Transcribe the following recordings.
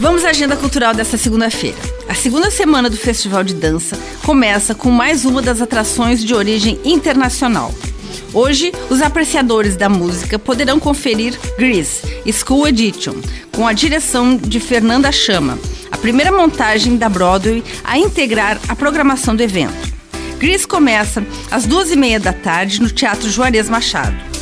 Vamos à agenda cultural desta segunda-feira. A segunda semana do Festival de Dança começa com mais uma das atrações de origem internacional. Hoje, os apreciadores da música poderão conferir Grease, School Edition, com a direção de Fernanda Chama, a primeira montagem da Broadway a integrar a programação do evento. Grease começa às 2h30 da tarde no Teatro Juarez Machado.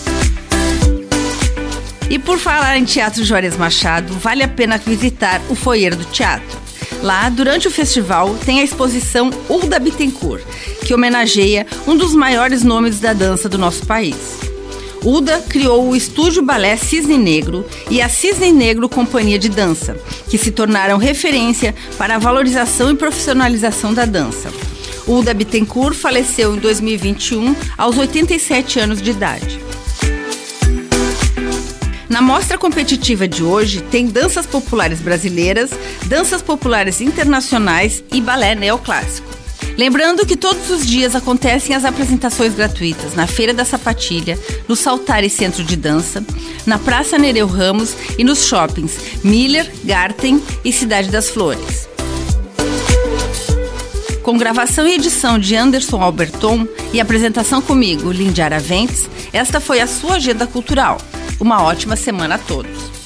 E por falar em Teatro Juarez Machado, vale a pena visitar o foyer do teatro. Lá, durante o festival, tem a exposição Hulda Bittencourt, que homenageia um dos maiores nomes da dança do nosso país. Hulda criou o Estúdio Balé Cisne Negro e a Cisne Negro Companhia de Dança, que se tornaram referência para a valorização e profissionalização da dança. Hulda Bittencourt faleceu em 2021, aos 87 anos de idade. Na mostra competitiva de hoje tem danças populares brasileiras, danças populares internacionais e balé neoclássico. Lembrando que todos os dias acontecem as apresentações gratuitas na Feira da Sapatilha, no Saltare Centro de Dança, na Praça Nereu Ramos e nos shoppings Miller, Garten e Cidade das Flores. Com gravação e edição de Anderson Alberton e apresentação comigo, Lindy Araventes, esta foi a sua agenda cultural. Uma ótima semana a todos!